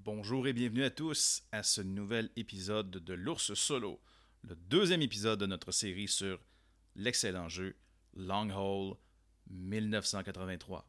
Bonjour et bienvenue à tous à ce nouvel épisode de l'Ours Solo, le deuxième épisode de notre série sur l'excellent jeu Long Haul 1983.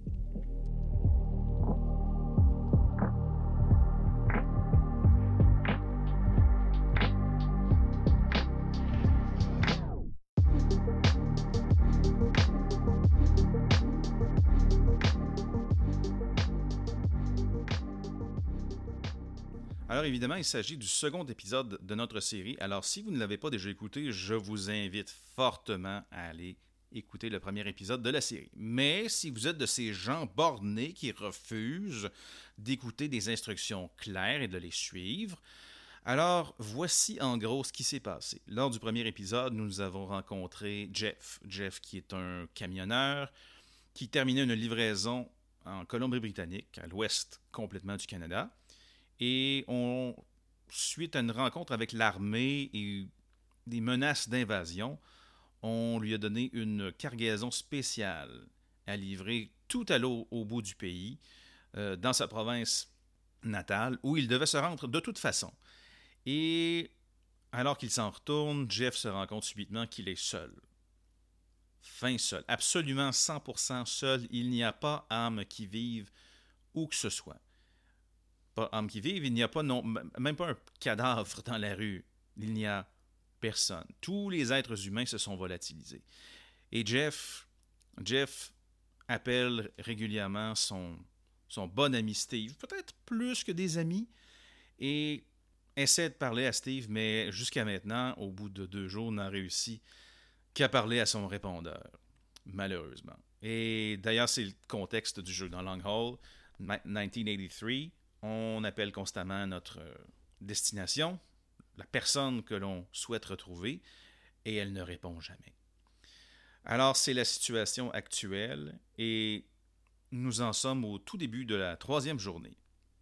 Alors évidemment, il s'agit du second épisode de notre série. Alors si vous ne l'avez pas déjà écouté, je vous invite fortement à aller écouter le premier épisode de la série. Mais si vous êtes de ces gens bornés qui refusent d'écouter des instructions claires et de les suivre, alors voici en gros ce qui s'est passé. Lors du premier épisode, nous avons rencontré Jeff. Jeff qui est un camionneur qui terminait une livraison en Colombie-Britannique, à l'ouest complètement du Canada. Et suite à une rencontre avec l'armée et des menaces d'invasion, on lui a donné une cargaison spéciale à livrer tout à l'eau au bout du pays, dans sa province natale, où il devait se rendre de toute façon. Et alors qu'il s'en retourne, Jeff se rend compte subitement qu'il est seul. Fin seul, absolument 100% seul. Il n'y a pas âme qui vive où que ce soit. Pas âme qui vive, il n'y a pas même pas un cadavre dans la rue. Il n'y a personne. Tous les êtres humains se sont volatilisés. Et Jeff appelle régulièrement son bon ami Steve, peut-être plus que des amis, et essaie de parler à Steve, mais jusqu'à maintenant, au bout de 2 jours, n'a réussi qu'à parler à son répondeur, malheureusement. Et d'ailleurs, c'est le contexte du jeu dans Long Haul, 1983. On appelle constamment notre destination, la personne que l'on souhaite retrouver, et elle ne répond jamais. Alors, c'est la situation actuelle, et nous en sommes au tout début de la 3e journée.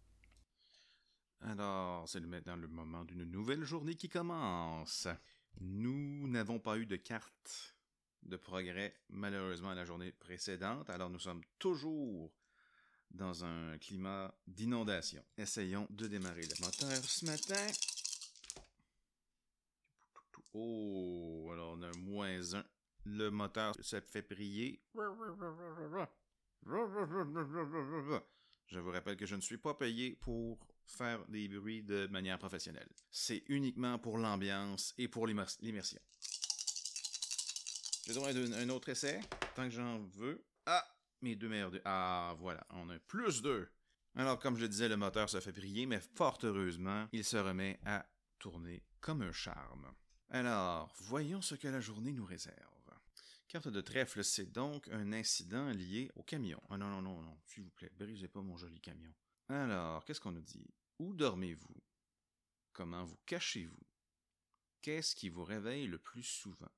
Alors, c'est maintenant le moment d'une nouvelle journée qui commence. Nous n'avons pas eu de carte de progrès, malheureusement, à la journée précédente, alors nous sommes toujours dans un climat d'inondation. Essayons de démarrer le moteur ce matin. Oh, alors on a -1. Le moteur se fait prier. Je vous rappelle que je ne suis pas payé pour faire des bruits de manière professionnelle. C'est uniquement pour l'ambiance et pour l'immersion. J'ai droit d'un autre essai, tant que j'en veux. Ah, mes deux meilleurs deux. Ah, voilà, on a +2. Alors, comme je le disais, le moteur se fait briller, mais fort heureusement, il se remet à tourner comme un charme. Alors, voyons ce que la journée nous réserve. Carte de trèfle, c'est donc un incident lié au camion. Ah non, non, non, non, s'il vous plaît, brisez pas mon joli camion. Alors, qu'est-ce qu'on nous dit? Où dormez-vous? Comment vous cachez-vous? Qu'est-ce qui vous réveille le plus souvent?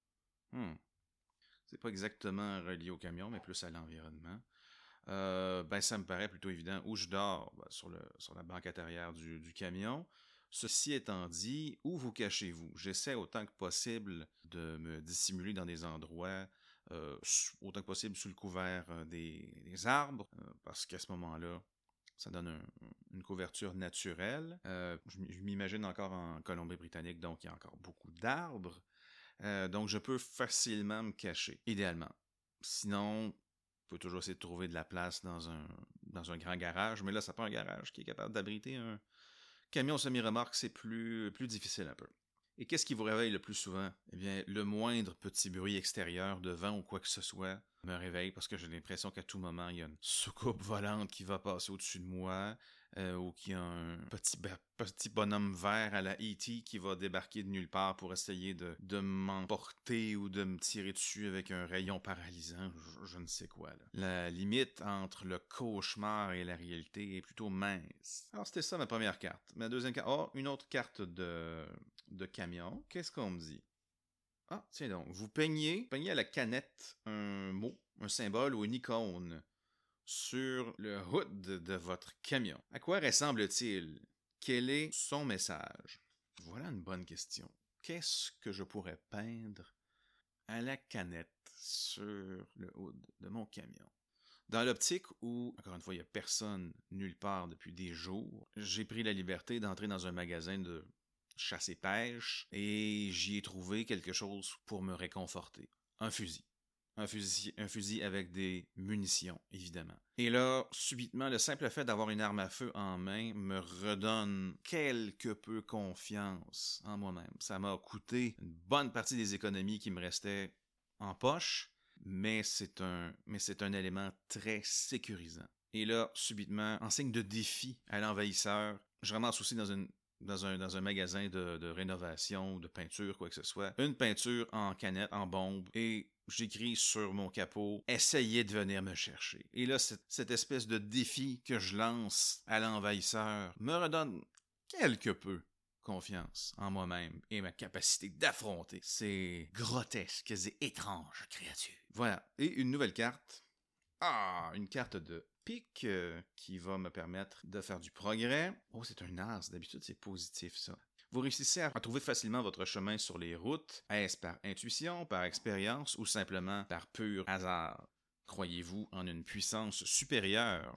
C'est pas exactement relié au camion, mais plus à l'environnement. Ça me paraît plutôt évident. Où je dors? Sur la banquette arrière du camion. Ceci étant dit, où vous cachez-vous? J'essaie autant que possible de me dissimuler dans des endroits, autant que possible sous le couvert des arbres, parce qu'à ce moment-là, ça donne une couverture naturelle. Je m'imagine encore en Colombie-Britannique, donc il y a encore beaucoup d'arbres. Donc je peux facilement me cacher, idéalement. Sinon, on peut toujours essayer de trouver de la place dans un grand garage, mais là, ça prend un garage qui est capable d'abriter un camion semi-remorque, c'est plus difficile un peu. Et qu'est-ce qui vous réveille le plus souvent? Eh bien, le moindre petit bruit extérieur de vent ou quoi que ce soit me réveille parce que j'ai l'impression qu'à tout moment, il y a une soucoupe volante qui va passer au-dessus de moi, ou qu'il y a un petit bonhomme vert à la E.T. qui va débarquer de nulle part pour essayer de m'emporter ou de me tirer dessus avec un rayon paralysant, je ne sais quoi. Là. La limite entre le cauchemar et la réalité est plutôt mince. Alors, c'était ça ma première carte. Ma deuxième carte, une autre carte de camion. Qu'est-ce qu'on me dit? Ah, tiens donc, vous peignez à la canette un mot, un symbole ou une icône sur le hood de votre camion. À quoi ressemble-t-il? Quel est son message? Voilà une bonne question. Qu'est-ce que je pourrais peindre à la canette sur le hood de mon camion? Dans l'optique où, encore une fois, il n'y a personne nulle part depuis des jours, j'ai pris la liberté d'entrer dans un magasin de chasse et pêche et j'y ai trouvé quelque chose pour me réconforter. Un fusil. Un fusil avec des munitions, évidemment. Et là, subitement, le simple fait d'avoir une arme à feu en main me redonne quelque peu confiance en moi-même. Ça m'a coûté une bonne partie des économies qui me restaient en poche, mais c'est un élément très sécurisant. Et là, subitement, en signe de défi à l'envahisseur, je ramasse aussi dans un magasin de rénovation, de peinture, quoi que ce soit, une peinture en canette, en bombe, et j'écris sur mon capot « Essayez de venir me chercher ». Et là, cette espèce de défi que je lance à l'envahisseur me redonne quelque peu confiance en moi-même et ma capacité d'affronter ces grotesques et étranges créatures. Voilà. Et une nouvelle carte. Ah, une carte de pique qui va me permettre de faire du progrès. Oh, c'est un as. D'habitude, c'est positif, ça. Vous réussissez à trouver facilement votre chemin sur les routes. Est-ce par intuition, par expérience ou simplement par pur hasard? Croyez-vous en une puissance supérieure?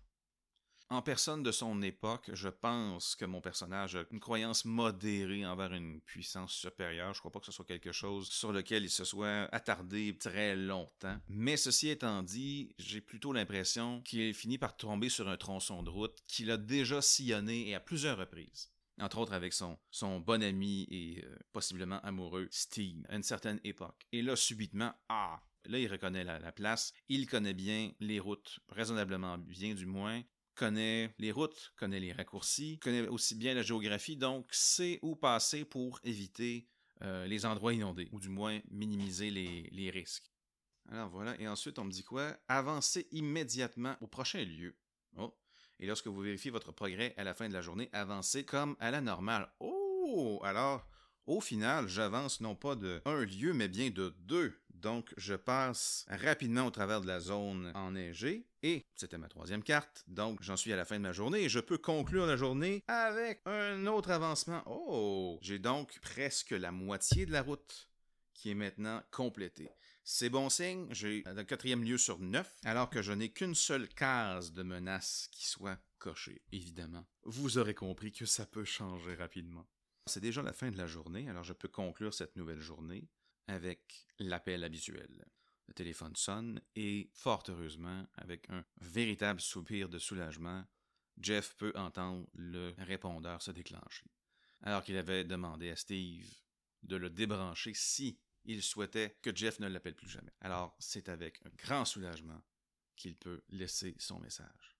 En personne de son époque, je pense que mon personnage a une croyance modérée envers une puissance supérieure. Je crois pas que ce soit quelque chose sur lequel il se soit attardé très longtemps. Mais ceci étant dit, j'ai plutôt l'impression qu'il finit par tomber sur un tronçon de route qu'il a déjà sillonné et à plusieurs reprises. Entre autres avec son bon ami et possiblement amoureux Steve, à une certaine époque. Et là, subitement, là, il reconnaît la place. Il connaît bien les routes, raisonnablement bien du moins. Connaît les routes, connaît les raccourcis, connaît aussi bien la géographie, donc sait où passer pour éviter les endroits inondés, ou du moins minimiser les risques. Alors voilà, et ensuite on me dit quoi? Avancez immédiatement au prochain lieu. Oh, et lorsque vous vérifiez votre progrès à la fin de la journée, avancez comme à la normale. Oh, alors, au final, j'avance non pas de un lieu, mais bien de 2. Donc, je passe rapidement au travers de la zone enneigée. Et c'était ma 3e carte. Donc, j'en suis à la fin de ma journée et je peux conclure la journée avec un autre avancement. Oh! J'ai donc presque la moitié de la route qui est maintenant complétée. C'est bon signe, j'ai le 4e lieu sur 9, alors que je n'ai qu'une seule case de menace qui soit cochée, évidemment. Vous aurez compris que ça peut changer rapidement. C'est déjà la fin de la journée, alors je peux conclure cette nouvelle journée avec l'appel habituel. Le téléphone sonne et, fort heureusement, avec un véritable soupir de soulagement, Jeff peut entendre le répondeur se déclencher. Alors qu'il avait demandé à Steve de le débrancher si il souhaitait que Jeff ne l'appelle plus jamais. Alors, c'est avec un grand soulagement qu'il peut laisser son message.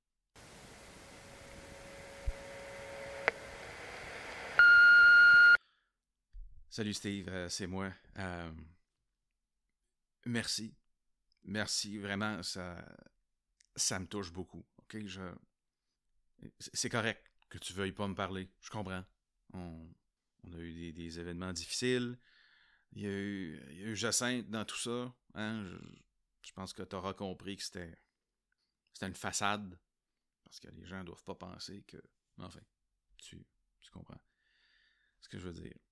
Salut Steve, c'est moi. Merci. Merci, vraiment, ça me touche beaucoup. OK, c'est correct que tu veuilles pas me parler. Je comprends. On a eu des événements difficiles. Il y a eu Jacinthe dans tout ça. Hein? Je pense que tu auras compris que c'était une façade. Parce que les gens ne doivent pas penser que... Enfin, tu comprends ce que je veux dire.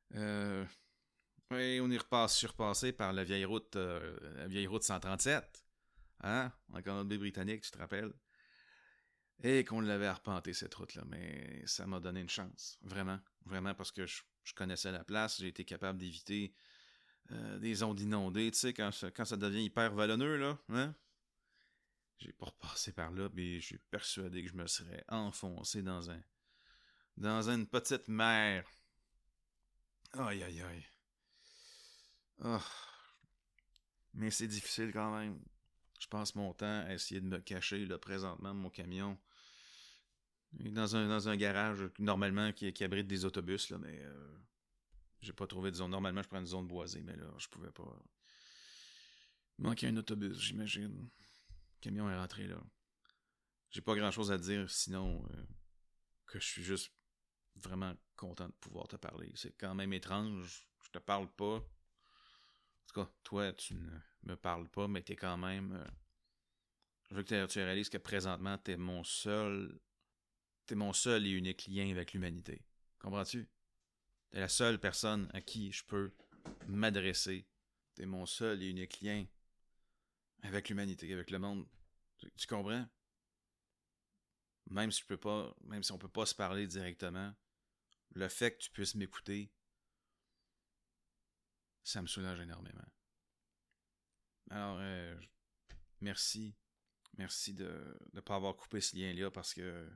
Oui, on est surpassé par la vieille route 137. Hein? En Colombie-Britannique, tu te rappelles? Et qu'on l'avait arpenté, cette route-là. Mais ça m'a donné une chance. Vraiment. Vraiment, parce que je connaissais la place. J'ai été capable d'éviter des zones inondées. Tu sais, quand ça devient hyper vallonneux, là. Hein? J'ai pas repassé par là, mais je suis persuadé que je me serais enfoncé dans une petite mer. Aïe, aïe, aïe. Oh. Mais c'est difficile quand même. Je passe mon temps à essayer de me cacher, là, présentement, mon camion. Dans un garage, normalement, qui abrite des autobus, là, mais j'ai pas trouvé de zone. Normalement, je prends une zone boisée, mais là, je pouvais pas. Il manquait un autobus, j'imagine. Le camion est rentré, là. J'ai pas grand-chose à dire, sinon que je suis juste vraiment content de pouvoir te parler. C'est quand même étrange. Je te parle pas. En tout cas, toi, tu ne me parles pas, mais t'es quand même... je veux que tu réalises que présentement, t'es mon seul et unique lien avec l'humanité. Comprends-tu? T'es la seule personne à qui je peux m'adresser. T'es mon seul et unique lien avec l'humanité, avec le monde. Tu comprends? Même si on peut pas se parler directement, le fait que tu puisses m'écouter, ça me soulage énormément. Alors, merci. Merci de ne pas avoir coupé ce lien-là parce que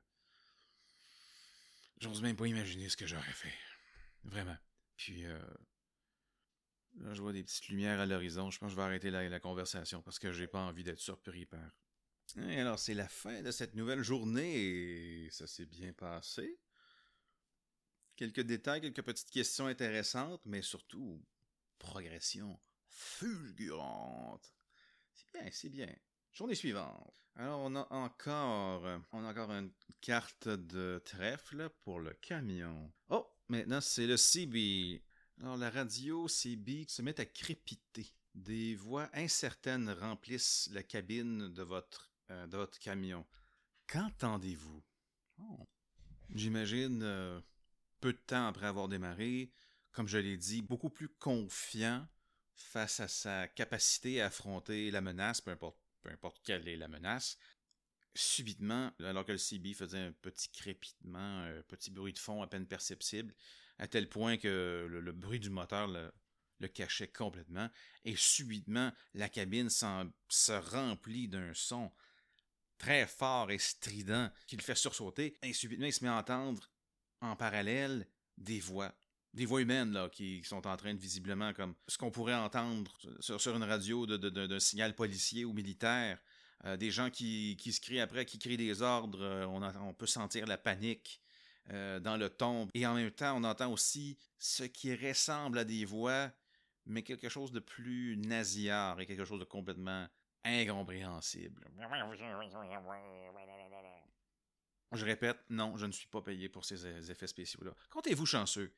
j'ose même pas imaginer ce que j'aurais fait. Vraiment. Puis, là, je vois des petites lumières à l'horizon. Je pense que je vais arrêter la conversation parce que j'ai pas envie d'être surpris par. Et alors, c'est la fin de cette nouvelle journée et ça s'est bien passé. Quelques détails, quelques petites questions intéressantes, mais surtout, progression fulgurante. C'est bien, c'est bien. Journée suivante. Alors, on a encore une carte de trèfle pour le camion. Oh, maintenant c'est le CB. Alors, la radio CB se met à crépiter. Des voix incertaines remplissent la cabine de votre camion. Qu'entendez-vous? Oh. J'imagine, peu de temps après avoir démarré, comme je l'ai dit, beaucoup plus confiant face à sa capacité à affronter la menace, peu importe quelle est la menace. Subitement, alors que le CB faisait un petit crépitement, un petit bruit de fond à peine perceptible, à tel point que le bruit du moteur le cachait complètement, et subitement, la cabine se remplit d'un son très fort et strident qui le fait sursauter, et subitement, il se met à entendre en parallèle des voix humaines là, qui sont en train de visiblement comme ce qu'on pourrait entendre sur une radio d'un signal policier ou militaire, des gens qui se crient après, qui crient des ordres, on peut sentir la panique dans le ton, et en même temps on entend aussi ce qui ressemble à des voix, mais quelque chose de plus nasillard et quelque chose de complètement incompréhensible. Je répète, non, je ne suis pas payé pour ces effets spéciaux-là. Comptez-vous chanceux.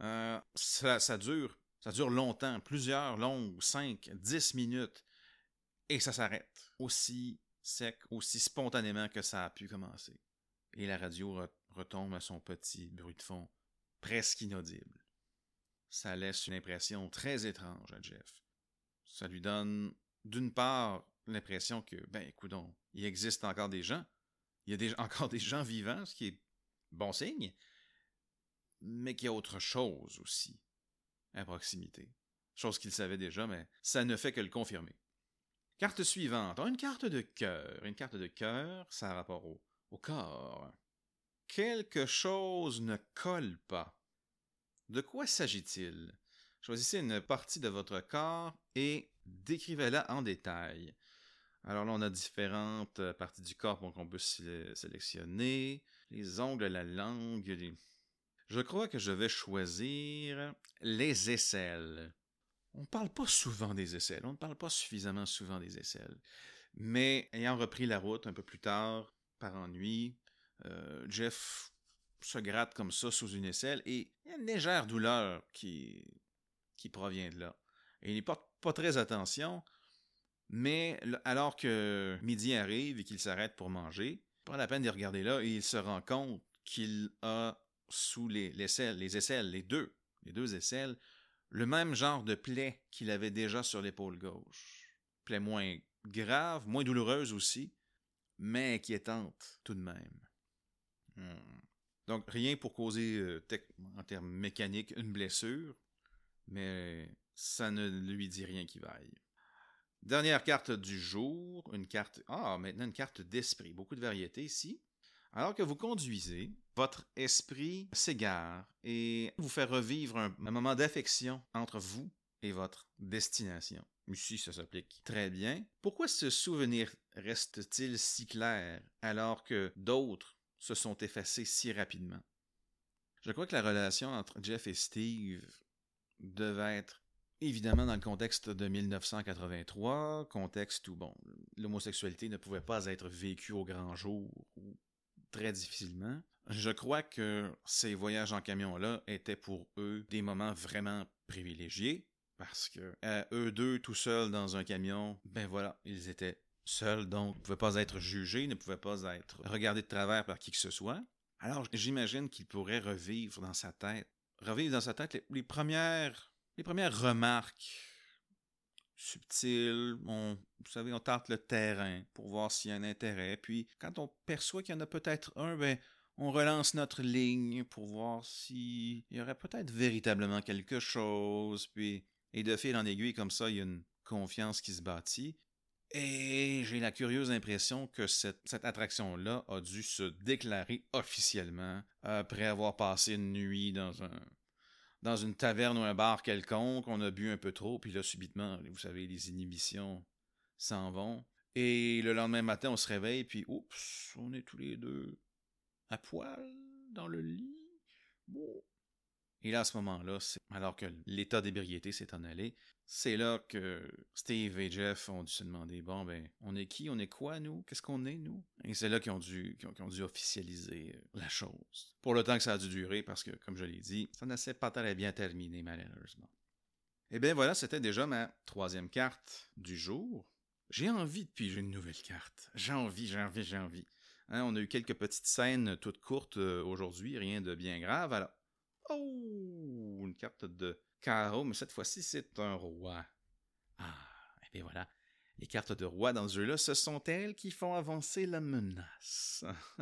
Ça dure longtemps, plusieurs longues, 5, 10 minutes, et ça s'arrête. Aussi sec, aussi spontanément que ça a pu commencer. Et la radio retombe à son petit bruit de fond, presque inaudible. Ça laisse une impression très étrange à Jeff. Ça lui donne, d'une part, l'impression que, coudonc, il existe encore des gens. Il y a encore des gens vivants, ce qui est bon signe, mais qu'il y a autre chose aussi à proximité. Chose qu'il savait déjà, mais ça ne fait que le confirmer. Carte suivante. Une carte de cœur. Une carte de cœur, ça a rapport au corps. Quelque chose ne colle pas. De quoi s'agit-il? Choisissez une partie de votre corps et décrivez-la en détail. Alors là, on a différentes parties du corps qu'on peut sélectionner. Les ongles, la langue. Je crois que je vais choisir les aisselles. On ne parle pas souvent des aisselles. On ne parle pas suffisamment souvent des aisselles. Mais ayant repris la route un peu plus tard, par ennui, Jeff se gratte comme ça sous une aisselle et il y a une légère douleur qui provient de là. Et il n'y porte pas très attention, mais alors que midi arrive et qu'il s'arrête pour manger, il prend la peine d'y regarder là et il se rend compte qu'il a sous les aisselles, les deux aisselles, le même genre de plaie qu'il avait déjà sur l'épaule gauche. Plaie moins grave, moins douloureuse aussi, mais inquiétante tout de même. Donc, rien pour causer, en termes mécaniques, une blessure, mais ça ne lui dit rien qui vaille. Dernière carte du jour, maintenant une carte d'esprit. Beaucoup de variétés ici. Alors que vous conduisez, votre esprit s'égare et vous fait revivre un moment d'affection entre vous et votre destination. Ici, ça s'applique très bien. Pourquoi ce souvenir reste-t-il si clair alors que d'autres se sont effacés si rapidement? Je crois que la relation entre Jeff et Steve devait être évidemment dans le contexte de 1983, contexte où, l'homosexualité ne pouvait pas être vécue au grand jour ou très difficilement. Je crois que ces voyages en camion-là étaient pour eux des moments vraiment privilégiés, parce que eux deux tout seuls dans un camion, ils étaient seuls, donc ne pouvaient pas être jugés, ne pouvaient pas être regardés de travers par qui que ce soit. Alors j'imagine qu'il pourrait revivre dans sa tête les premières remarques subtil. Vous savez, on tente le terrain pour voir s'il y a un intérêt. Puis, quand on perçoit qu'il y en a peut-être un, ben, on relance notre ligne pour voir s'il y aurait peut-être véritablement quelque chose. Puis, et de fil en aiguille, comme ça, il y a une confiance qui se bâtit. Et j'ai la curieuse impression que cette attraction-là a dû se déclarer officiellement après avoir passé une nuit dans une taverne ou un bar quelconque. On a bu un peu trop, puis là, subitement, vous savez, les inhibitions s'en vont. Et le lendemain matin, on se réveille, puis oups, on est tous les deux à poil dans le lit. Bon. Et là, à ce moment-là, alors que l'état d'ébriété s'est en allé, c'est là que Steve et Jeff ont dû se demander, bon, ben, on est qui, on est quoi, nous? Qu'est-ce qu'on est, nous? Et c'est là qu'ils ont dû officialiser la chose. Pour le temps que ça a dû durer, parce que, comme je l'ai dit, ça ne s'est pas très bien terminé, malheureusement. Eh bien, voilà, c'était déjà ma 3e carte du jour. J'ai envie de piger une nouvelle carte. J'ai envie. Hein, on a eu quelques petites scènes toutes courtes aujourd'hui, rien de bien grave, alors... Oh, une carte de carreau, mais cette fois-ci, c'est un roi. Ah, et bien voilà. Les cartes de roi dans ce jeu-là, ce sont elles qui font avancer la menace.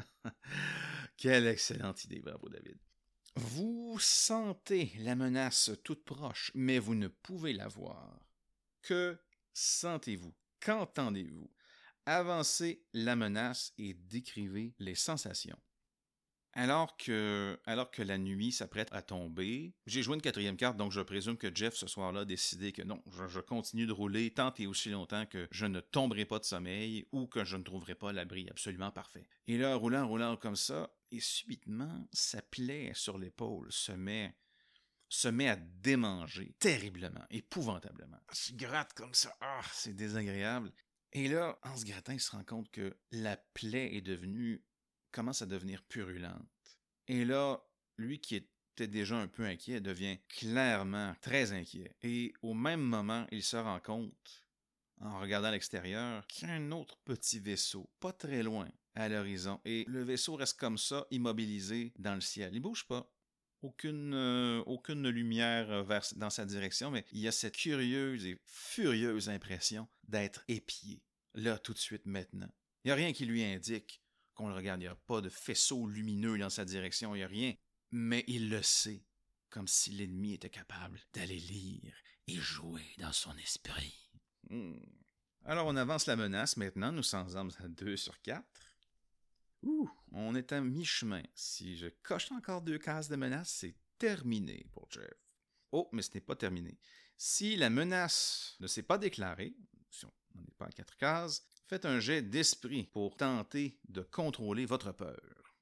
Quelle excellente idée, bravo David. Vous sentez la menace toute proche, mais vous ne pouvez la voir. Que sentez-vous? Qu'entendez-vous? Avancez la menace et décrivez les sensations. Alors que la nuit s'apprête à tomber, j'ai joué une 4e carte, donc je présume que Jeff, ce soir-là, a décidé que non, je continue de rouler tant et aussi longtemps que je ne tomberai pas de sommeil ou que je ne trouverai pas l'abri absolument parfait. Et là, roulant comme ça, et subitement, sa plaie sur l'épaule se met à démanger terriblement, épouvantablement. Il se gratte comme ça, c'est désagréable. Et là, en se grattant, il se rend compte que la plaie commence à devenir purulente. Et là, lui qui était déjà un peu inquiet devient clairement très inquiet. Et au même moment, il se rend compte, en regardant à l'extérieur, qu'il y a un autre petit vaisseau, pas très loin, à l'horizon. Et le vaisseau reste comme ça, immobilisé dans le ciel. Il bouge pas. Aucune lumière dans sa direction, mais il y a cette curieuse et furieuse impression d'être épié, là, tout de suite, maintenant. Il n'y a rien qui lui indique qu'on le regarde, il n'y a pas de faisceau lumineux dans sa direction, il n'y a rien, mais il le sait, comme si l'ennemi était capable d'aller lire et jouer dans son esprit. Alors on avance la menace maintenant, nous sommes à 2 sur 4. On est à mi-chemin. Si je coche encore 2 cases de menace, c'est terminé pour Jeff. Oh, mais ce n'est pas terminé. Si la menace ne s'est pas déclarée, si on n'en est pas à 4 cases, faites un jet d'esprit pour tenter de contrôler votre peur.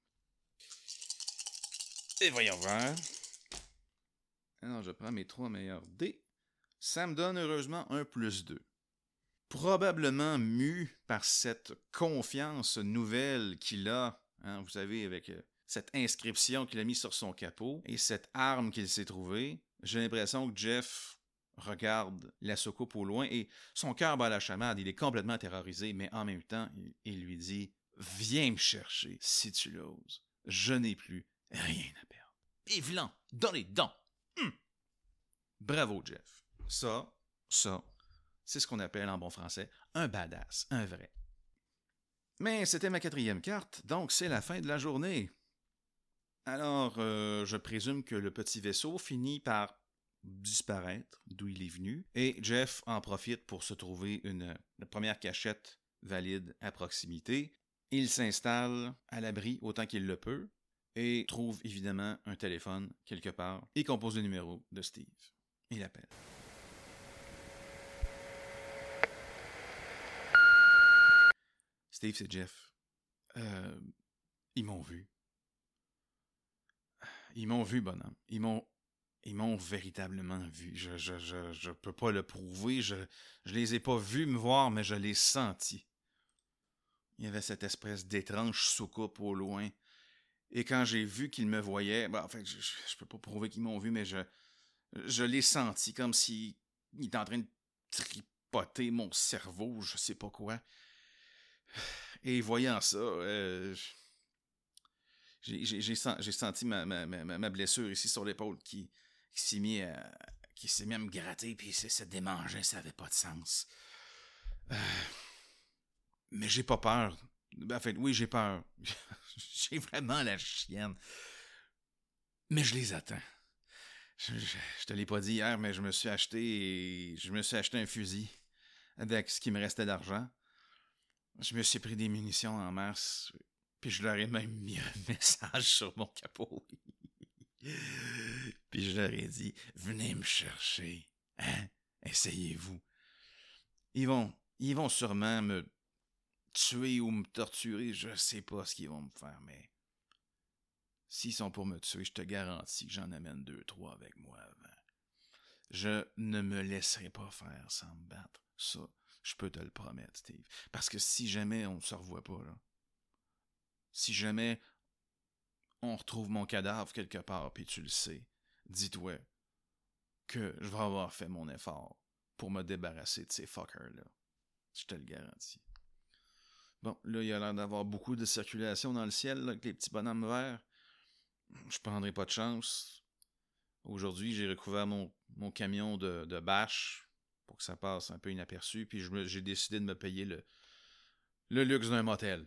Et voyons voir. Alors, je prends mes 3 meilleurs dés. Ça me donne heureusement un +2. Probablement mu par cette confiance nouvelle qu'il a, hein, vous savez, avec cette inscription qu'il a mise sur son capot et cette arme qu'il s'est trouvée, j'ai l'impression que Jeff regarde la soucoupe au loin et son cœur bat la chamade, il est complètement terrorisé, mais en même temps, il lui dit « Viens me chercher si tu l'oses, je n'ai plus rien à perdre. » Et vlan, dans les dents. Bravo Jeff. Ça, c'est ce qu'on appelle en bon français un badass, un vrai. Mais c'était ma 4e carte, donc c'est la fin de la journée. Alors, je présume que le petit vaisseau finit par disparaître d'où il est venu, et Jeff en profite pour se trouver la première cachette valide à proximité. Il s'installe à l'abri autant qu'il le peut, et trouve évidemment un téléphone quelque part, et compose le numéro de Steve. Il appelle. Steve, c'est Jeff. Ils m'ont vu. Ils m'ont vu, bonhomme. Ils m'ont véritablement vu. Je peux pas le prouver. Je les ai pas vus me voir, mais je l'ai senti. Il y avait cette espèce d'étrange soucoupe au loin. Et quand j'ai vu qu'ils me voyaient, en fait, je peux pas prouver qu'ils m'ont vu, mais je l'ai senti comme s'il était en train de tripoter mon cerveau, je sais pas quoi. Et voyant ça, j'ai senti ma blessure ici sur l'épaule qui qu'il s'est mis à me gratter, puis il se démangeait, ça avait pas de sens. Mais j'ai pas peur. En fait, oui, j'ai peur. J'ai vraiment la chienne. Mais je les attends. Je te l'ai pas dit hier, mais je me suis acheté un fusil avec ce qui me restait d'argent. Je me suis pris des munitions en masse, puis je leur ai même mis un message sur mon capot. Puis je leur ai dit, venez me chercher, hein? Essayez-vous. Ils vont sûrement me tuer ou me torturer, je sais pas ce qu'ils vont me faire, mais s'ils sont pour me tuer, je te garantis que j'en amène 2-3 avec moi avant. Je ne me laisserai pas faire sans me battre. Ça, je peux te le promettre, Steve. Parce que si jamais on ne se revoit pas, là, si jamais on retrouve mon cadavre quelque part, puis tu le sais, dis-toi que je vais avoir fait mon effort pour me débarrasser de ces fuckers-là. Je te le garantis. Bon, là, il y a l'air d'avoir beaucoup de circulation dans le ciel, là, avec les petits bonhommes verts. Je prendrai pas de chance. Aujourd'hui, j'ai recouvert mon camion de bâche pour que ça passe un peu inaperçu, puis j'ai décidé de me payer le luxe d'un motel.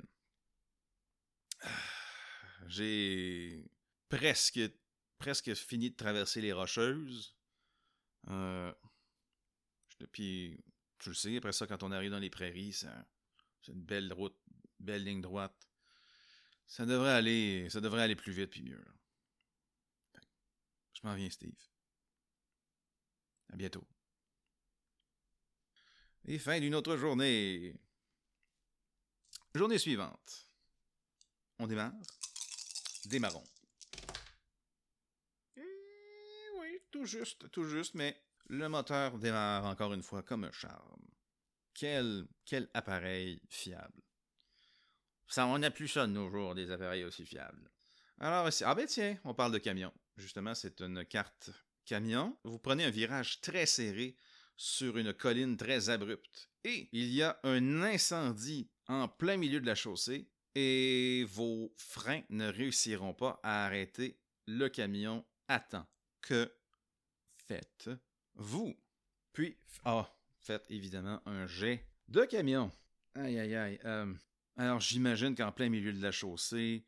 J'ai presque fini de traverser les Rocheuses. Puis, tu le sais, après ça, quand on arrive dans les prairies, c'est une belle route, belle ligne droite. Ça devrait aller plus vite puis mieux. Là. Je m'en viens, Steve. À bientôt. Et fin d'une autre journée. Journée suivante. On démarre. Démarrons. Oui, tout juste, mais le moteur démarre encore une fois comme un charme. Quel appareil fiable. Ça, on n'a plus ça de nos jours, des appareils aussi fiables. Alors, tiens, on parle de camion. Justement, c'est une carte camion. Vous prenez un virage très serré sur une colline très abrupte. Et il y a un incendie en plein milieu de la chaussée et vos freins ne réussiront pas à arrêter le camion à temps. Que faites-vous? Puis, faites évidemment un jet de camion. Aïe, aïe, aïe. Alors, j'imagine qu'en plein milieu de la chaussée,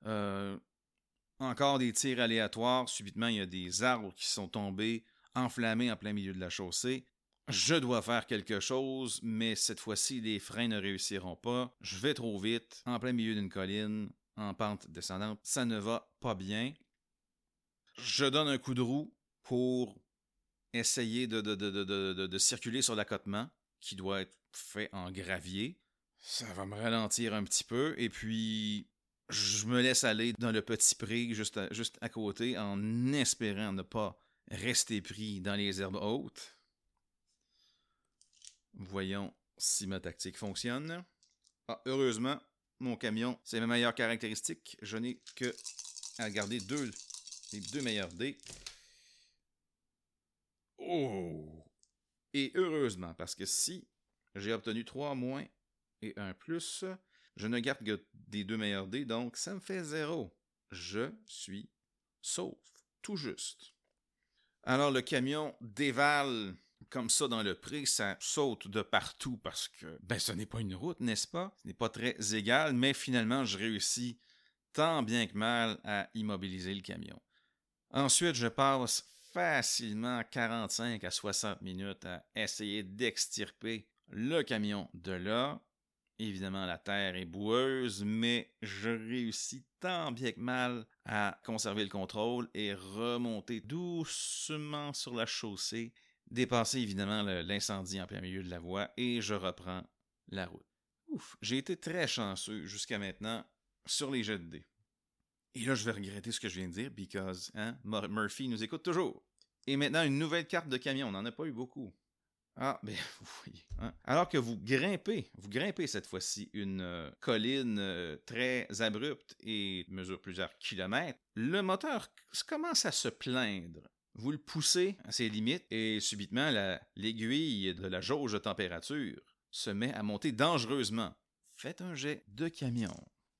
encore des tirs aléatoires. Subitement, il y a des arbres qui sont tombés, enflammés en plein milieu de la chaussée. Je dois faire quelque chose, mais cette fois-ci, les freins ne réussiront pas. Je vais trop vite, en plein milieu d'une colline, en pente descendante. Ça ne va pas bien. Je donne un coup de roue pour essayer de circuler sur l'accotement, qui doit être fait en gravier. Ça va me ralentir un petit peu, et puis je me laisse aller dans le petit pré juste à côté en espérant ne pas rester pris dans les herbes hautes. Voyons si ma tactique fonctionne. Heureusement, mon camion, c'est ma meilleure caractéristique. Je n'ai que à garder les deux meilleurs dés. Oh! Et heureusement, parce que si j'ai obtenu 3 moins et 1 plus, je ne garde que des 2 meilleurs dés, donc ça me fait 0. Je suis sauf, tout juste. Alors le camion dévale comme ça dans le pré, ça saute de partout parce que, ce n'est pas une route, n'est-ce pas? Ce n'est pas très égal, mais finalement, je réussis tant bien que mal à immobiliser le camion. Ensuite, je passe facilement 45 à 60 minutes à essayer d'extirper le camion de là. Évidemment, la terre est boueuse, mais je réussis tant bien que mal à conserver le contrôle et remonter doucement sur la chaussée, dépasser évidemment l'incendie en plein milieu de la voie et je reprends la route. Ouf, j'ai été très chanceux jusqu'à maintenant sur les jets de dés. Et là, je vais regretter ce que je viens de dire, because Murphy nous écoute toujours. Et maintenant, une nouvelle carte de camion. On n'en a pas eu beaucoup. Vous voyez. Hein? Alors que vous grimpez cette fois-ci une colline très abrupte et mesure plusieurs kilomètres, le moteur commence à se plaindre. Vous le poussez à ses limites et subitement, l'aiguille de la jauge de température se met à monter dangereusement. Faites un jet de camion.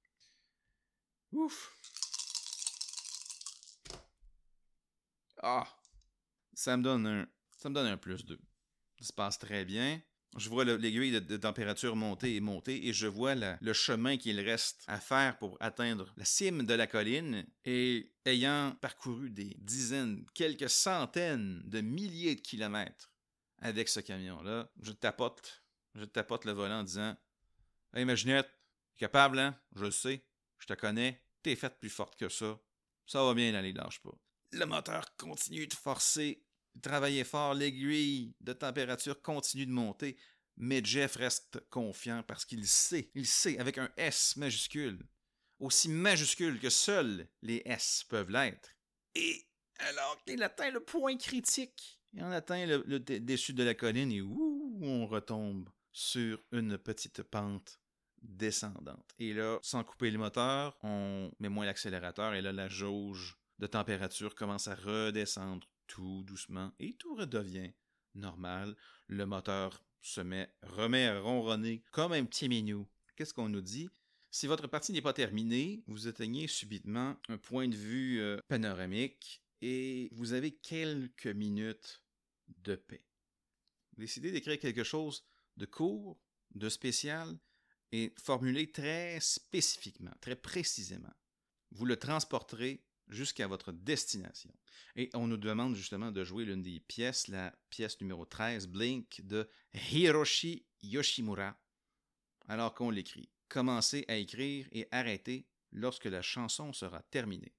Ouf! Ça me donne un Ça me donne un +2. Ça se passe très bien. Je vois l'aiguille de température monter et monter et je vois le chemin qu'il reste à faire pour atteindre la cime de la colline. Et ayant parcouru des dizaines, quelques centaines de milliers de kilomètres avec ce camion-là, je tapote le volant en disant « Hey, Maginette, capable, hein? Je le sais, je te connais, t'es faite plus forte que ça. Ça va bien aller, lâche pas. » Le moteur continue de forcer, de travailler fort, l'aiguille de température continue de monter, mais Jeff reste confiant parce qu'il sait, avec un S majuscule, aussi majuscule que seuls les S peuvent l'être. Et alors qu'il atteint le point critique, et on atteint le dessus de la colline et on retombe sur une petite pente descendante. Et là, sans couper le moteur, on met moins l'accélérateur et là, la jauge de température commence à redescendre tout doucement et tout redevient normal. Le moteur remet à ronronner comme un petit minou. Qu'est-ce qu'on nous dit? Si votre partie n'est pas terminée, vous atteignez subitement un point de vue panoramique et vous avez quelques minutes de paix. Vous décidez d'écrire quelque chose de court, de spécial et formulé très spécifiquement, très précisément. Vous le transporterez jusqu'à votre destination. Et on nous demande justement de jouer l'une des pièces, la pièce numéro 13, Blink, de Hiroshi Yoshimura, alors qu'on l'écrit. Commencez à écrire et arrêtez lorsque la chanson sera terminée.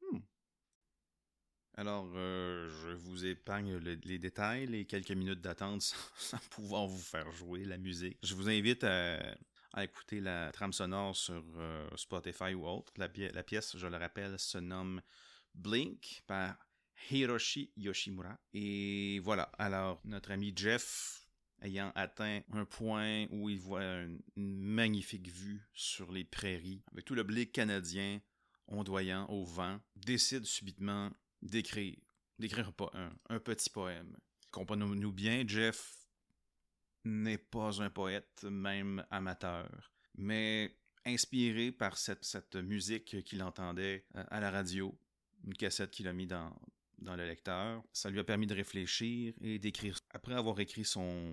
Alors, je vous épargne les détails, les quelques minutes d'attente sans pouvoir vous faire jouer la musique. Je vous invite à écouter la trame sonore sur Spotify ou autre. La pièce, je le rappelle, se nomme Blink par Hiroshi Yoshimura. Et voilà, alors notre ami Jeff, ayant atteint un point où il voit une magnifique vue sur les prairies, avec tout le blé canadien ondoyant au vent, décide subitement d'écrire pas un petit poème. Comprenons-nous bien, Jeff n'est pas un poète, même amateur, mais inspiré par cette musique qu'il entendait à la radio, une cassette qu'il a mis dans le lecteur. Ça lui a permis de réfléchir et d'écrire. Après avoir écrit ce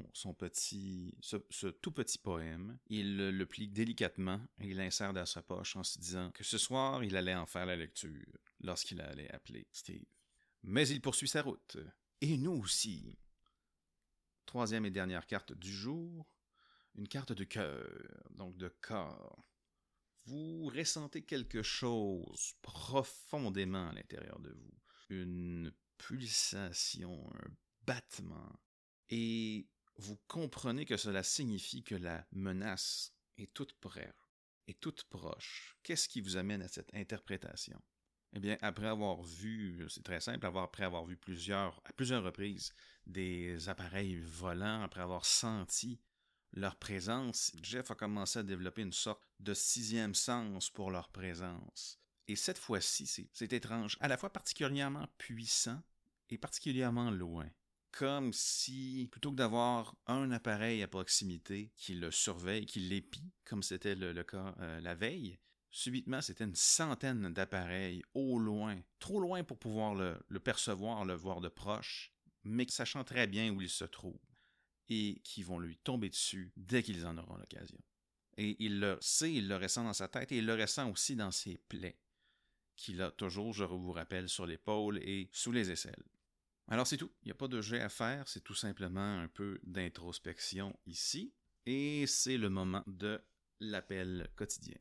tout petit poème, il le plie délicatement et il l'insère dans sa poche en se disant que ce soir, il allait en faire la lecture lorsqu'il allait appeler Steve. Mais il poursuit sa route. Et nous aussi. Troisième et dernière carte du jour, une carte de cœur, donc de corps. Vous ressentez quelque chose profondément à l'intérieur de vous. Une pulsation, un battement. Et vous comprenez que cela signifie que la menace est toute près, est toute proche. Qu'est-ce qui vous amène à cette interprétation? Eh bien, après avoir vu, c'est très simple, après avoir vu à plusieurs reprises des appareils volants, après avoir senti leur présence, Jeff a commencé à développer une sorte de sixième sens pour leur présence. Et cette fois-ci, c'est étrange, à la fois particulièrement puissant et particulièrement loin. Comme si, plutôt que d'avoir un appareil à proximité qui le surveille, qui l'épie, comme c'était le cas la veille, subitement, c'était une centaine d'appareils au loin, trop loin pour pouvoir le percevoir, le voir de proche, mais sachant très bien où il se trouve, et qui vont lui tomber dessus dès qu'ils en auront l'occasion. Et il le sait, il le ressent dans sa tête, et il le ressent aussi dans ses plaies, qu'il a toujours, je vous rappelle, sur l'épaule et sous les aisselles. Alors c'est tout, il n'y a pas de jet à faire, c'est tout simplement un peu d'introspection ici, et c'est le moment de l'appel quotidien.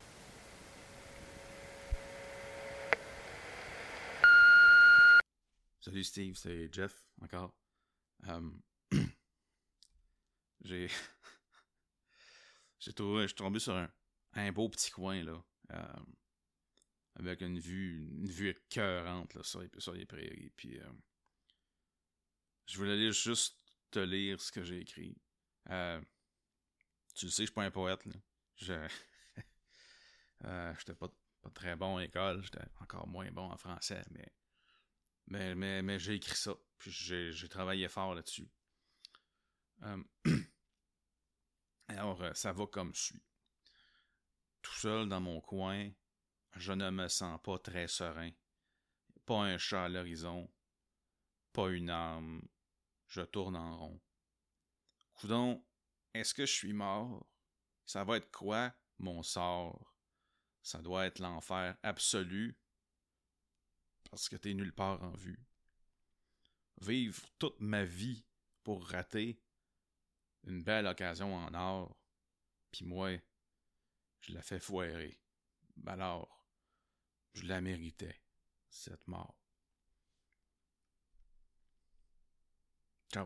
Salut Steve, c'est Jeff, encore. Je suis tombé sur un beau petit coin, là, avec une vue écœurante, là, sur les prairies, puis je voulais juste te lire ce que j'ai écrit. Tu le sais, je suis pas un poète, là. J'étais pas très bon à l'école, j'étais encore moins bon en français, mais j'ai écrit ça, puis j'ai travaillé fort là-dessus. Alors, ça va comme suit. Tout seul dans mon coin, je ne me sens pas très serein. Pas un chat à l'horizon, pas une arme. je tourne en rond. Coudon, est-ce que je suis mort? Ça va être quoi, mon sort? Ça doit être l'enfer absolu, parce que t'es nulle part en vue. Vivre toute ma vie pour rater une belle occasion en or, pis moi, je la fais foirer. Alors, je la méritais, cette mort. Ciao.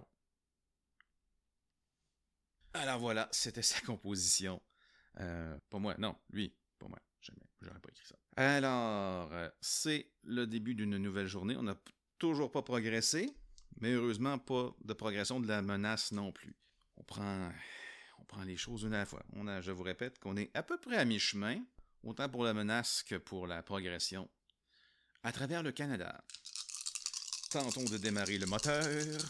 Alors voilà, c'était sa composition. Pas moi, non, lui, pas moi. Jamais, j'aurais pas écrit ça. Alors, c'est le début d'une nouvelle journée. On n'a toujours pas progressé, mais heureusement pas de progression de la menace non plus. On prend les choses une à la fois. Je vous répète qu'on est à peu près à mi-chemin, autant pour la menace que pour la progression. À travers le Canada. Tentons de démarrer le moteur.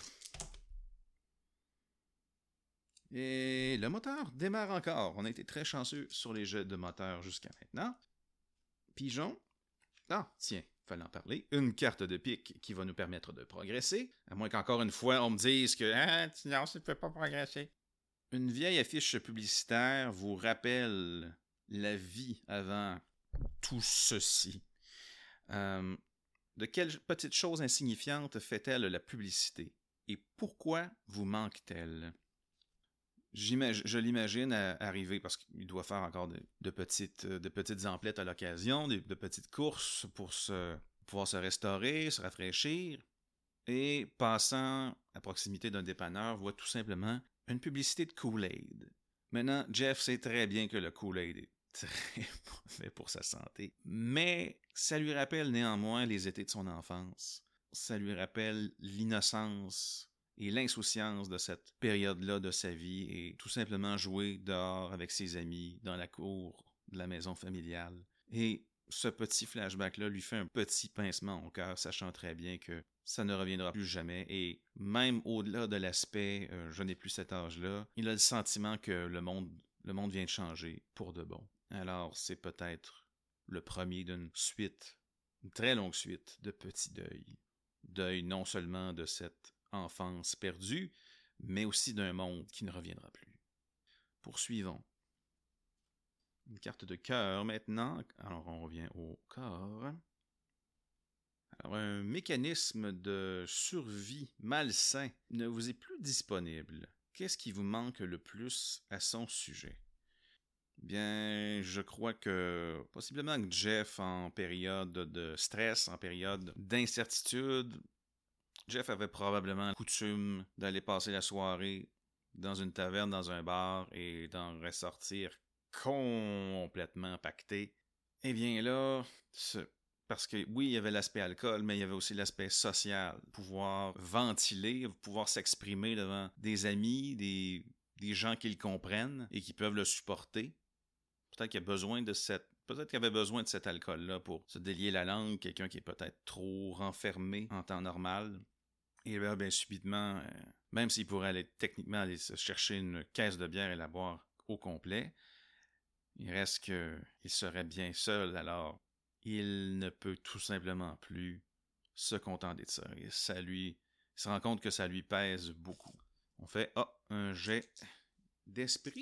Et le moteur démarre encore. On a été très chanceux sur les jeux de moteur jusqu'à maintenant. Pigeon. Ah, tiens, fallait en parler. Une carte de pique qui va nous permettre de progresser. À moins qu'encore une fois, on me dise que non, ça ne peut pas progresser. Une vieille affiche publicitaire vous rappelle la vie avant tout ceci. De quelle petite chose insignifiante fait-elle la publicité? Et pourquoi vous manque-t-elle? Je l'imagine arriver, parce qu'il doit faire encore de petites emplettes à l'occasion, de petites courses pour pouvoir se restaurer, se rafraîchir, et passant à proximité d'un dépanneur, voit tout simplement une publicité de Kool-Aid. Maintenant, Jeff sait très bien que le Kool-Aid est très mauvais pour sa santé, mais ça lui rappelle néanmoins les étés de son enfance. Ça lui rappelle l'innocence et l'insouciance de cette période-là de sa vie et tout simplement jouer dehors avec ses amis dans la cour de la maison familiale. Et ce petit flashback-là lui fait un petit pincement au cœur, sachant très bien que ça ne reviendra plus jamais. Et même au-delà de l'aspect je n'ai plus cet âge-là, il a le sentiment que le monde vient de changer pour de bon. Alors c'est peut-être le premier d'une suite, une très longue suite de petits deuils. Deuil non seulement de cette enfance perdue, mais aussi d'un monde qui ne reviendra plus. Poursuivons. Une carte de cœur maintenant. Alors on revient au corps. Alors un mécanisme de survie malsain ne vous est plus disponible. Qu'est-ce qui vous manque le plus à son sujet? Bien, je crois que possiblement que Jeff, en période de stress, en période d'incertitude, Jeff avait probablement coutume d'aller passer la soirée dans une taverne, dans un bar, et d'en ressortir complètement pacté. Eh bien là, parce que oui, il y avait l'aspect alcool, mais il y avait aussi l'aspect social. Pouvoir ventiler, pouvoir s'exprimer devant des amis, des gens qui le comprennent et qui peuvent le supporter. Peut-être qu'il avait besoin de cet alcool-là pour se délier la langue, quelqu'un qui est peut-être trop renfermé en temps normal. Et là, bien subitement, même s'il pourrait techniquement aller se chercher une caisse de bière et la boire au complet, il reste qu'il serait bien seul, alors il ne peut tout simplement plus se contenter de ça. Il se rend compte que ça lui pèse beaucoup. On fait un jet d'esprit.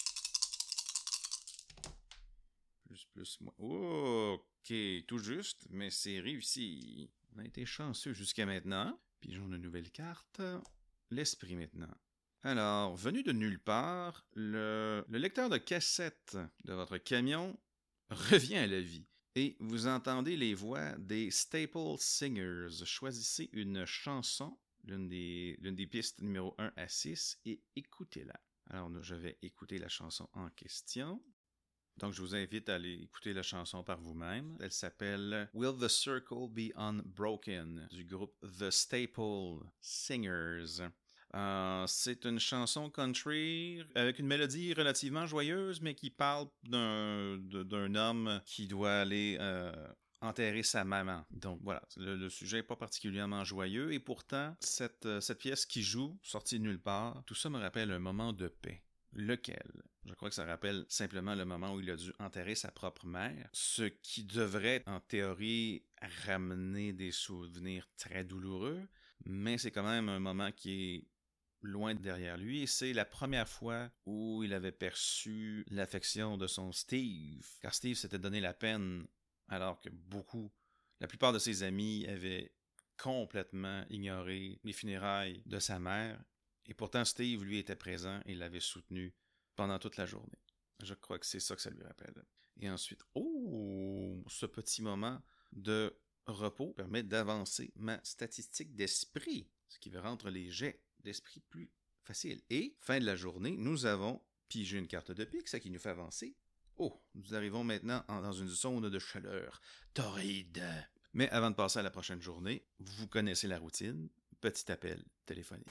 Plus, moins. Ok, tout juste, mais c'est réussi. On a été chanceux jusqu'à maintenant. Pigeons une nouvelle carte. L'esprit maintenant. Alors, venu de nulle part, le lecteur de cassette de votre camion revient à la vie. Et vous entendez les voix des Staple Singers. Choisissez une chanson, l'une des pistes numéro 1 à 6, et écoutez-la. Alors, je vais écouter la chanson en question. Donc, je vous invite à aller écouter la chanson par vous-même. Elle s'appelle Will the Circle Be Unbroken du groupe The Staple Singers. C'est une chanson country avec une mélodie relativement joyeuse, mais qui parle d'un homme qui doit aller enterrer sa maman. Donc voilà, le sujet n'est pas particulièrement joyeux, et pourtant, cette pièce qui joue, sortie de nulle part, tout ça me rappelle un moment de paix. Lequel? Je crois que ça rappelle simplement le moment où il a dû enterrer sa propre mère, ce qui devrait, en théorie, ramener des souvenirs très douloureux, mais c'est quand même un moment qui est loin derrière lui et c'est la première fois où il avait perçu l'affection de son Steve. Car Steve s'était donné la peine alors que la plupart de ses amis avaient complètement ignoré les funérailles de sa mère. Et pourtant, Steve, lui, était présent et l'avait soutenu pendant toute la journée. Je crois que c'est ça que ça lui rappelle. Et ensuite, ce petit moment de repos permet d'avancer ma statistique d'esprit, ce qui va rendre les jets d'esprit plus faciles. Et, fin de la journée, nous avons pigé une carte de pique, ce qui nous fait avancer. Nous arrivons maintenant dans une zone de chaleur torride. Mais avant de passer à la prochaine journée, vous connaissez la routine. Petit appel téléphonique.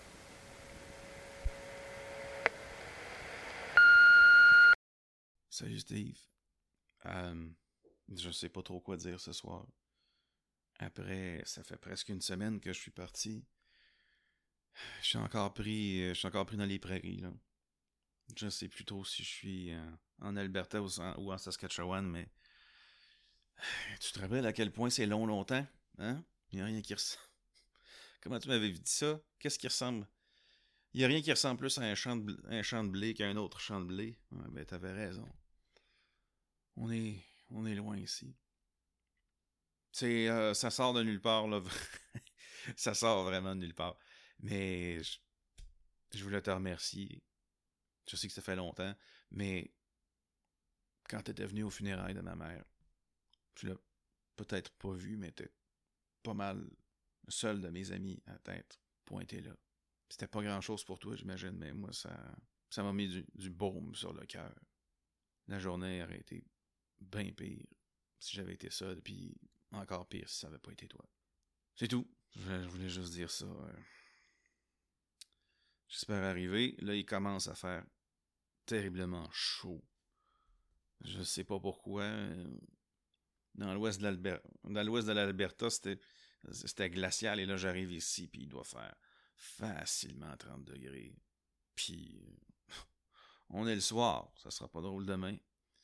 Salut Steve. Je sais pas trop quoi dire ce soir. Après, ça fait presque une semaine que je suis parti. Je suis encore pris dans les prairies, là. Je sais plus trop si je suis en Alberta ou en Saskatchewan, mais tu te rappelles à quel point c'est longtemps? Hein? Il n'y a rien qui ressemble. Comment tu m'avais dit ça? Qu'est-ce qui ressemble? Il n'y a rien qui ressemble plus à un champ de blé qu'à un autre champ de blé. Ouais, ben, t'avais raison. On est loin ici. Ça sort de nulle part, là. Ça sort vraiment de nulle part. Mais je voulais te remercier. Je sais que ça fait longtemps, mais quand t'étais venu aux funérailles de ma mère, tu l'as peut-être pas vu, mais t'es pas mal le seul de mes amis à t'être pointé là. C'était pas grand-chose pour toi, j'imagine, mais moi, ça m'a mis du baume sur le cœur. La journée aurait été bien pire si j'avais été seul, puis encore pire si ça avait pas été toi. C'est tout. Je voulais juste dire ça. J'espère arriver. Là, il commence à faire terriblement chaud. Je sais pas pourquoi. Dans l'ouest de l'Alberta, c'était glacial. Et là, j'arrive ici, puis il doit faire facilement 30 degrés. Puis, on est le soir. Ça sera pas drôle demain.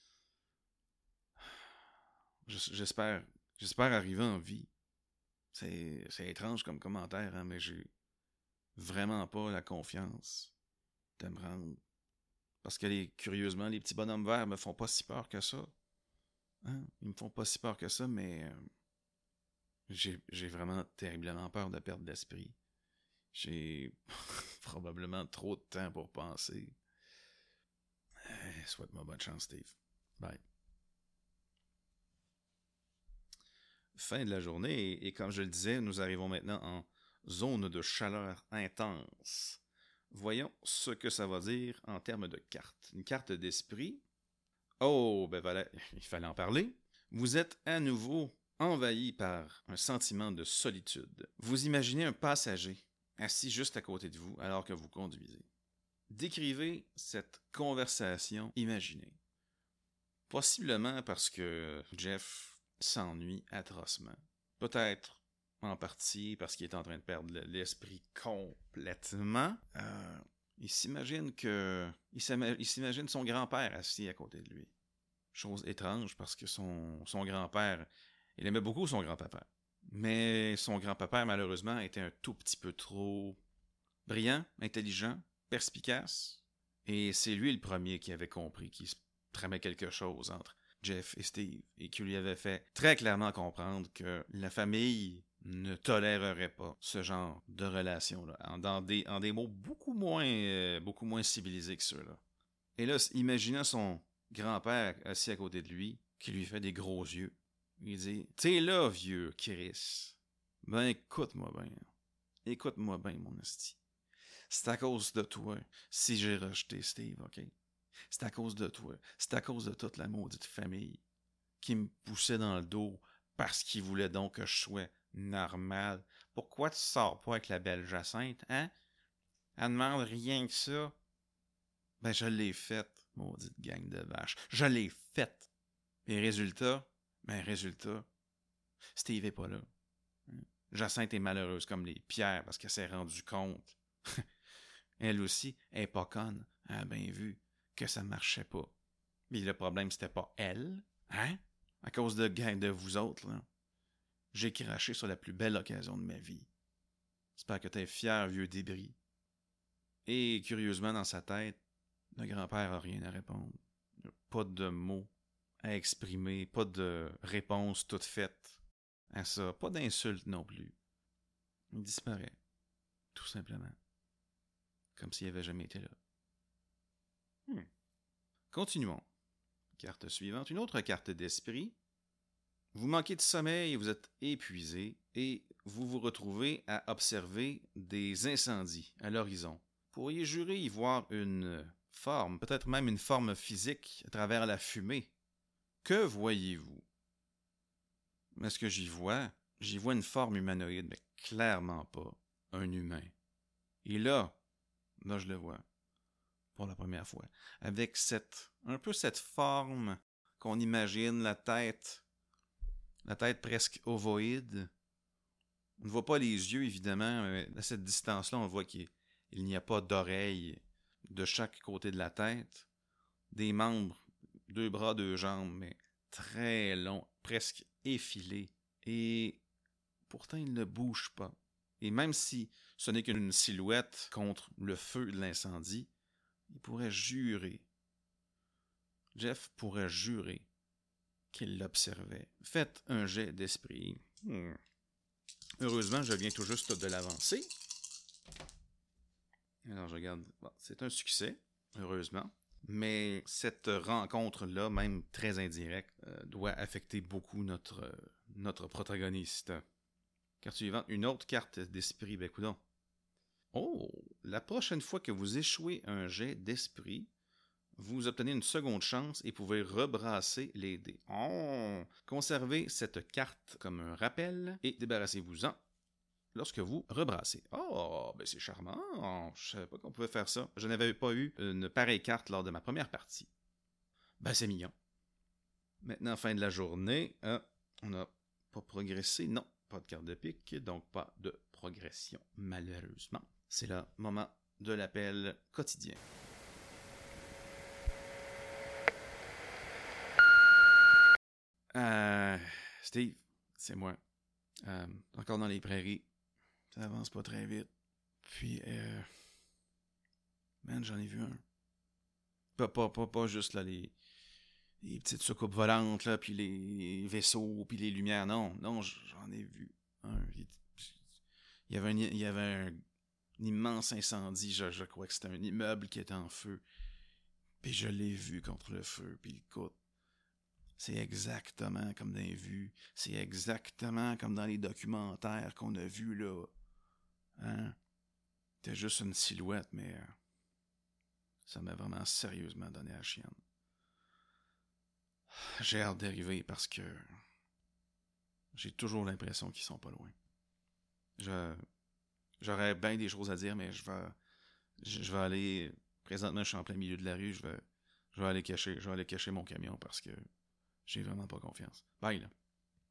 J'espère arriver en vie. C'est étrange comme commentaire, hein, mais j'ai vraiment pas la confiance de me rendre. Parce que curieusement, les petits bonhommes verts me font pas si peur que ça. Hein? Ils me font pas si peur que ça, mais j'ai vraiment terriblement peur de perdre l'esprit. J'ai probablement trop de temps pour penser. Souhaite-moi bonne chance, Steve. Bye. Fin de la journée, et comme je le disais, nous arrivons maintenant en zone de chaleur intense. Voyons ce que ça va dire en termes de carte. Une carte d'esprit. Ben voilà, il fallait en parler. Vous êtes à nouveau envahi par un sentiment de solitude. Vous imaginez un passager assis juste à côté de vous alors que vous conduisez. Décrivez cette conversation imaginée. Possiblement parce que Jeff s'ennuie atrocement. Peut-être en partie parce qu'il est en train de perdre l'esprit complètement. Il s'imagine son grand-père assis à côté de lui. Chose étrange parce que son grand-père, il aimait beaucoup son grand-papa. Mais son grand-papa, malheureusement, était un tout petit peu trop brillant, intelligent, perspicace. Et c'est lui le premier qui avait compris qu'il se tramait quelque chose entre Jeff et Steve et qui lui avait fait très clairement comprendre que la famille ne tolérerait pas ce genre de relation-là, en des mots beaucoup moins civilisés que ceux-là. Et là, imaginant son grand-père assis à côté de lui, qui lui fait des gros yeux, il dit « T'es là, vieux Chris. Ben écoute-moi bien. Écoute-moi bien, mon esti. C'est à cause de toi si j'ai rejeté Steve, OK? C'est à cause de toi. C'est à cause de toute la maudite famille qui me poussait dans le dos parce qu'il voulait donc que je sois normal. Pourquoi tu sors pas avec la belle Jacinthe, hein? Elle demande rien que ça. Ben, je l'ai faite, maudite gang de vaches. Je l'ai faite. Et résultat, Steve est pas là. Jacinthe est malheureuse comme les pierres parce qu'elle s'est rendue compte. Elle aussi est pas conne. Elle a bien vu que ça marchait pas. Mais le problème, c'était pas elle, hein? À cause de vous autres, là. J'ai craché sur la plus belle occasion de ma vie. J'espère que t'es fier, vieux débris. Et curieusement, dans sa tête, le grand-père n'a rien à répondre. Pas de mots à exprimer, pas de réponse toute faite à ça, pas d'insulte non plus. Il disparaît, tout simplement, comme s'il n'avait jamais été là. Continuons. Carte suivante, une autre carte d'esprit. Vous manquez de sommeil, vous êtes épuisé et vous vous retrouvez à observer des incendies à l'horizon. Vous pourriez jurer y voir une forme, peut-être même une forme physique à travers la fumée. Que voyez-vous? Est-ce que j'y vois? J'y vois une forme humanoïde, mais clairement pas un humain. Et là je le vois, pour la première fois, avec un peu cette forme qu'on imagine, la tête presque ovoïde. On ne voit pas les yeux, évidemment, mais à cette distance-là, on voit qu'il n'y a pas d'oreilles de chaque côté de la tête. Des membres, 2 bras, 2 jambes, mais très longs, presque effilés. Et pourtant, il ne bouge pas. Et même si ce n'est qu'une silhouette contre le feu de l'incendie, il pourrait jurer. Jeff pourrait jurer qu'il l'observait. Faites un jet d'esprit. Heureusement, je viens tout juste de l'avancer. Alors, je regarde. Bon, c'est un succès, heureusement. Mais cette rencontre-là, même très indirecte, doit affecter beaucoup notre protagoniste. Carte suivante, une autre carte d'esprit. Ben, coudonc. Oh! La prochaine fois que vous échouez un jet d'esprit, vous obtenez une seconde chance et pouvez rebrasser les dés. Oh! Conservez cette carte comme un rappel et débarrassez-vous-en lorsque vous rebrassez. Oh, ben c'est charmant. Je savais pas qu'on pouvait faire ça. Je n'avais pas eu une pareille carte lors de ma première partie. Ben c'est mignon. Maintenant, fin de la journée, on n'a pas progressé. Non, pas de carte de pique, donc pas de progression, malheureusement. C'est le moment de l'appel quotidien. Steve, c'est moi. Encore dans les prairies. Ça avance pas très vite. Puis, man, j'en ai vu un. Pas juste là, les petites soucoupes volantes, là, puis les vaisseaux, puis les lumières. Non, j'en ai vu un. Il y avait un immense incendie. Je crois que c'était un immeuble qui était en feu. Puis je l'ai vu contre le feu. Puis écoute, c'est exactement comme dans les vues. C'est exactement comme dans les documentaires qu'on a vus, là. Hein? C'était juste une silhouette, mais ça m'a vraiment sérieusement donné la chienne. J'ai hâte d'arriver parce que j'ai toujours l'impression qu'ils sont pas loin. J'aurais bien des choses à dire, mais je vais aller. Présentement, je suis en plein milieu de la rue. Je vais aller cacher mon camion parce que j'ai vraiment pas confiance. Bye, là.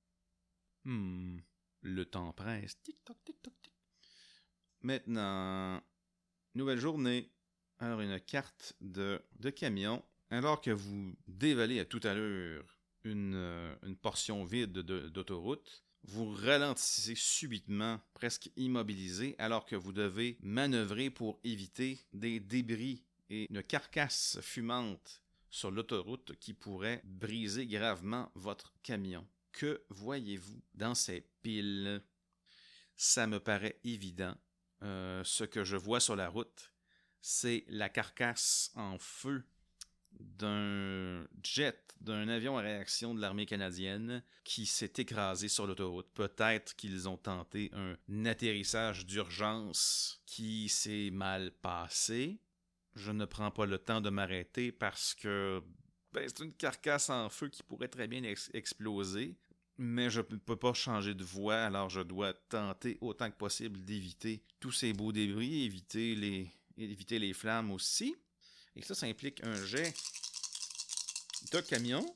Le temps presse. Tic-toc, tic-toc, tic. Maintenant, nouvelle journée. Alors, une carte de camion. Alors que vous dévalez à toute allure une portion vide d'autoroute, vous ralentissez subitement, presque immobilisé, alors que vous devez manœuvrer pour éviter des débris et une carcasse fumante sur l'autoroute qui pourrait briser gravement votre camion. Que voyez-vous dans ces piles? Ça me paraît évident. Ce que je vois sur la route, c'est la carcasse en feu d'un jet, d'un avion à réaction de l'armée canadienne qui s'est écrasé sur l'autoroute. Peut-être qu'ils ont tenté un atterrissage d'urgence qui s'est mal passé. Je ne prends pas le temps de m'arrêter parce que c'est une carcasse en feu qui pourrait très bien exploser. Mais je ne peux pas changer de voie, alors je dois tenter autant que possible d'éviter tous ces beaux débris, éviter les flammes aussi. Et ça implique un jet de camion.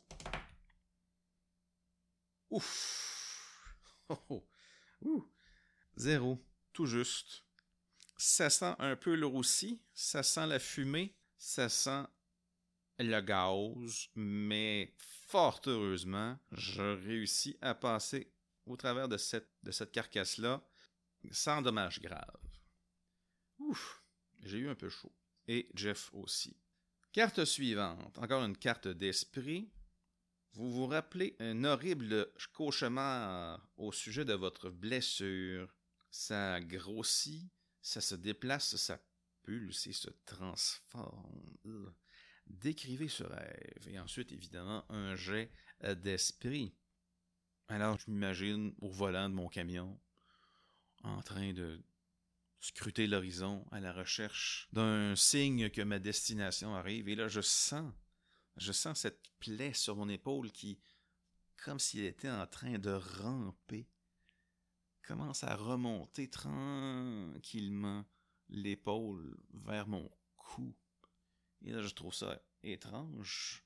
Ouf! Oh, oh. Ouh! 0. Tout juste. Ça sent un peu le roussi, ça sent la fumée, ça sent le gaz, mais fort heureusement, je réussis à passer au travers de cette carcasse-là sans dommage grave. Ouf! J'ai eu un peu chaud. Et Jeff aussi. Carte suivante. Encore une carte d'esprit. Vous vous rappelez un horrible cauchemar au sujet de votre blessure. Ça grossit, ça se déplace, ça pulse et se transforme. Décrivez ce rêve. Et ensuite, évidemment, un jet d'esprit. Alors, je m'imagine au volant de mon camion, en train de scruter l'horizon à la recherche d'un signe que ma destination arrive. Et là, je sens cette plaie sur mon épaule qui, comme s'il était en train de ramper, commence à remonter tranquillement l'épaule vers mon cou. Et là, je trouve ça étrange.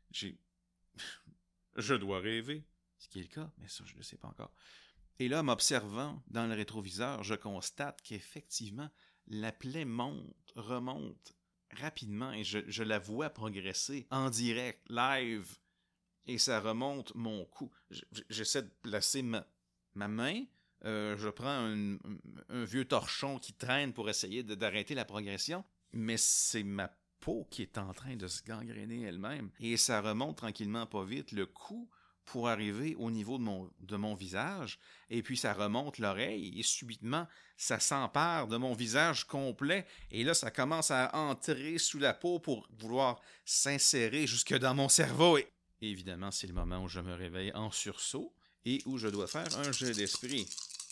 Je dois rêver, ce qui est le cas, mais ça, je ne le sais pas encore. Et là, m'observant dans le rétroviseur, je constate qu'effectivement, la plaie remonte rapidement et je la vois progresser en direct, live, et ça remonte mon cou. J'essaie de placer ma main, je prends un vieux torchon qui traîne pour essayer d'arrêter la progression, mais c'est ma peau qui est en train de se gangréner elle-même, et ça remonte tranquillement pas vite, le cou pour arriver au niveau de mon visage, et puis ça remonte l'oreille, et subitement, ça s'empare de mon visage complet, et là, ça commence à entrer sous la peau pour vouloir s'insérer jusque dans mon cerveau, et évidemment, c'est le moment où je me réveille en sursaut, et où je dois faire un jet d'esprit.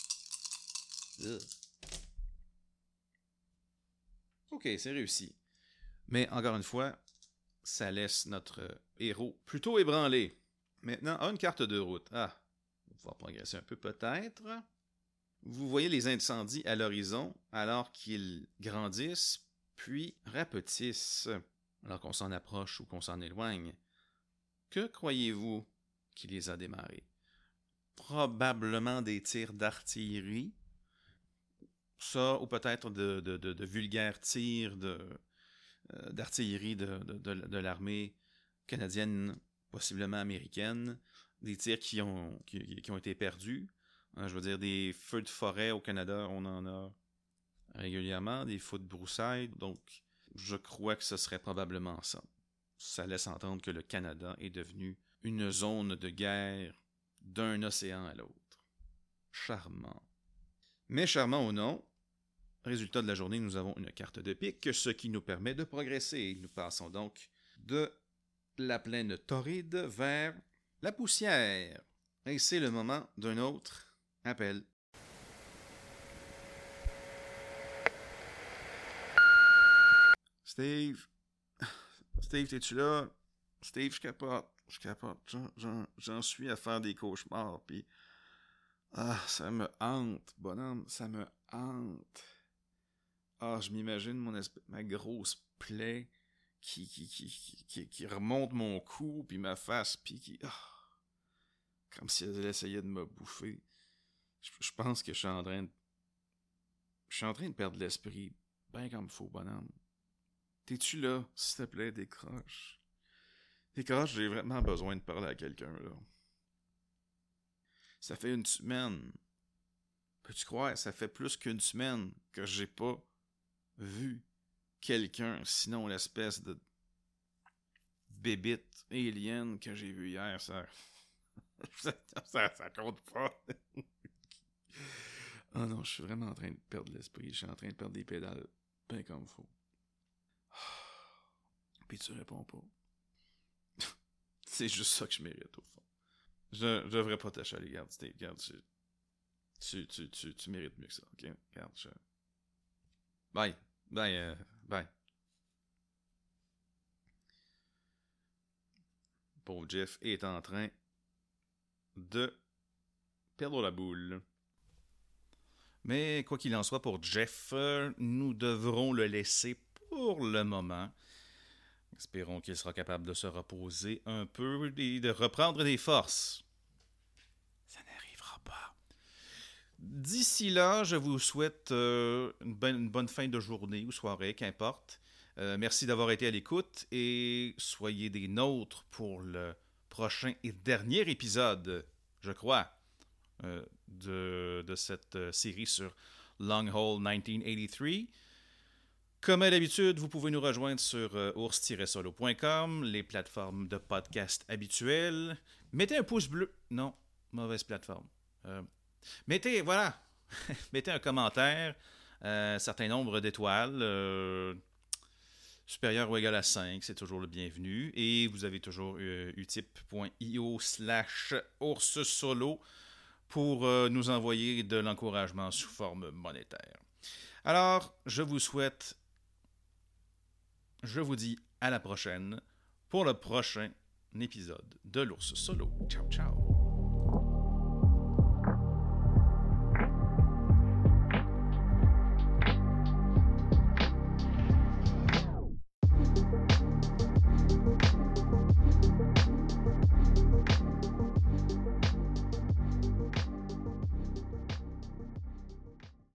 Ok, c'est réussi. Mais encore une fois, ça laisse notre héros plutôt ébranlé. Maintenant, une carte de route. On va pouvoir progresser un peu peut-être. Vous voyez les incendies à l'horizon alors qu'ils grandissent, puis rapetissent, alors qu'on s'en approche ou qu'on s'en éloigne. Que croyez-vous qui les a démarrés? Probablement des tirs d'artillerie. Ça, ou peut-être de vulgaires tirs d'artillerie de l'armée canadienne, possiblement américaine, des tirs qui ont été perdus. Je veux dire, des feux de forêt au Canada, on en a régulièrement, des feux de broussailles, donc je crois que ce serait probablement ça. Ça laisse entendre que le Canada est devenu une zone de guerre d'un océan à l'autre. Charmant. Mais charmant ou non, résultat de la journée, nous avons une carte de pique, ce qui nous permet de progresser. Nous passons donc de la plaine torride vers la poussière. Et c'est le moment d'un autre appel. Steve? Steve, t'es-tu là? Steve, je capote. J'en suis à faire des cauchemars, puis... ça me hante, bonhomme, ça me hante. Je m'imagine ma grosse plaie qui remonte mon cou, puis ma face, puis qui... comme si elle essayait de me bouffer. Je pense que je suis en train de perdre l'esprit, ben comme faut, bonhomme. T'es-tu là? S'il te plaît, décroche. Décroche, j'ai vraiment besoin de parler à quelqu'un, là. Ça fait une semaine. Peux-tu croire? Ça fait plus qu'une semaine que j'ai pas vu quelqu'un, sinon l'espèce de bébite alien que j'ai vu hier, ça compte pas. Oh non, je suis vraiment en train de perdre l'esprit. Je suis en train de perdre des pédales bien comme faut. Puis tu réponds pas. C'est juste ça que je mérite au fond. Je devrais pas t'achaler, garde, Steve. Garde, tu mérites mieux que ça, ok? Garde, Bye. Bye. Pauvre Jeff est en train de perdre la boule. Mais quoi qu'il en soit pour Jeff, nous devrons le laisser pour le moment. Espérons qu'il sera capable de se reposer un peu et de reprendre des forces. Ça n'arrivera pas. D'ici là, je vous souhaite une bonne fin de journée ou soirée, qu'importe. Merci d'avoir été à l'écoute et soyez des nôtres pour le prochain et dernier épisode, je crois, de cette série sur Long Haul 1983. Comme à l'habitude, vous pouvez nous rejoindre sur ours-solo.com, les plateformes de podcast habituelles. Mettez un pouce bleu. Non, mauvaise plateforme. Mettez un commentaire, certain nombre d'étoiles, supérieur ou égal à 5, c'est toujours le bienvenu. Et vous avez toujours utip.io/ours-solo pour nous envoyer de l'encouragement sous forme monétaire. Alors, je vous dis à la prochaine pour le prochain épisode de l'Ours Solo. Ciao, ciao!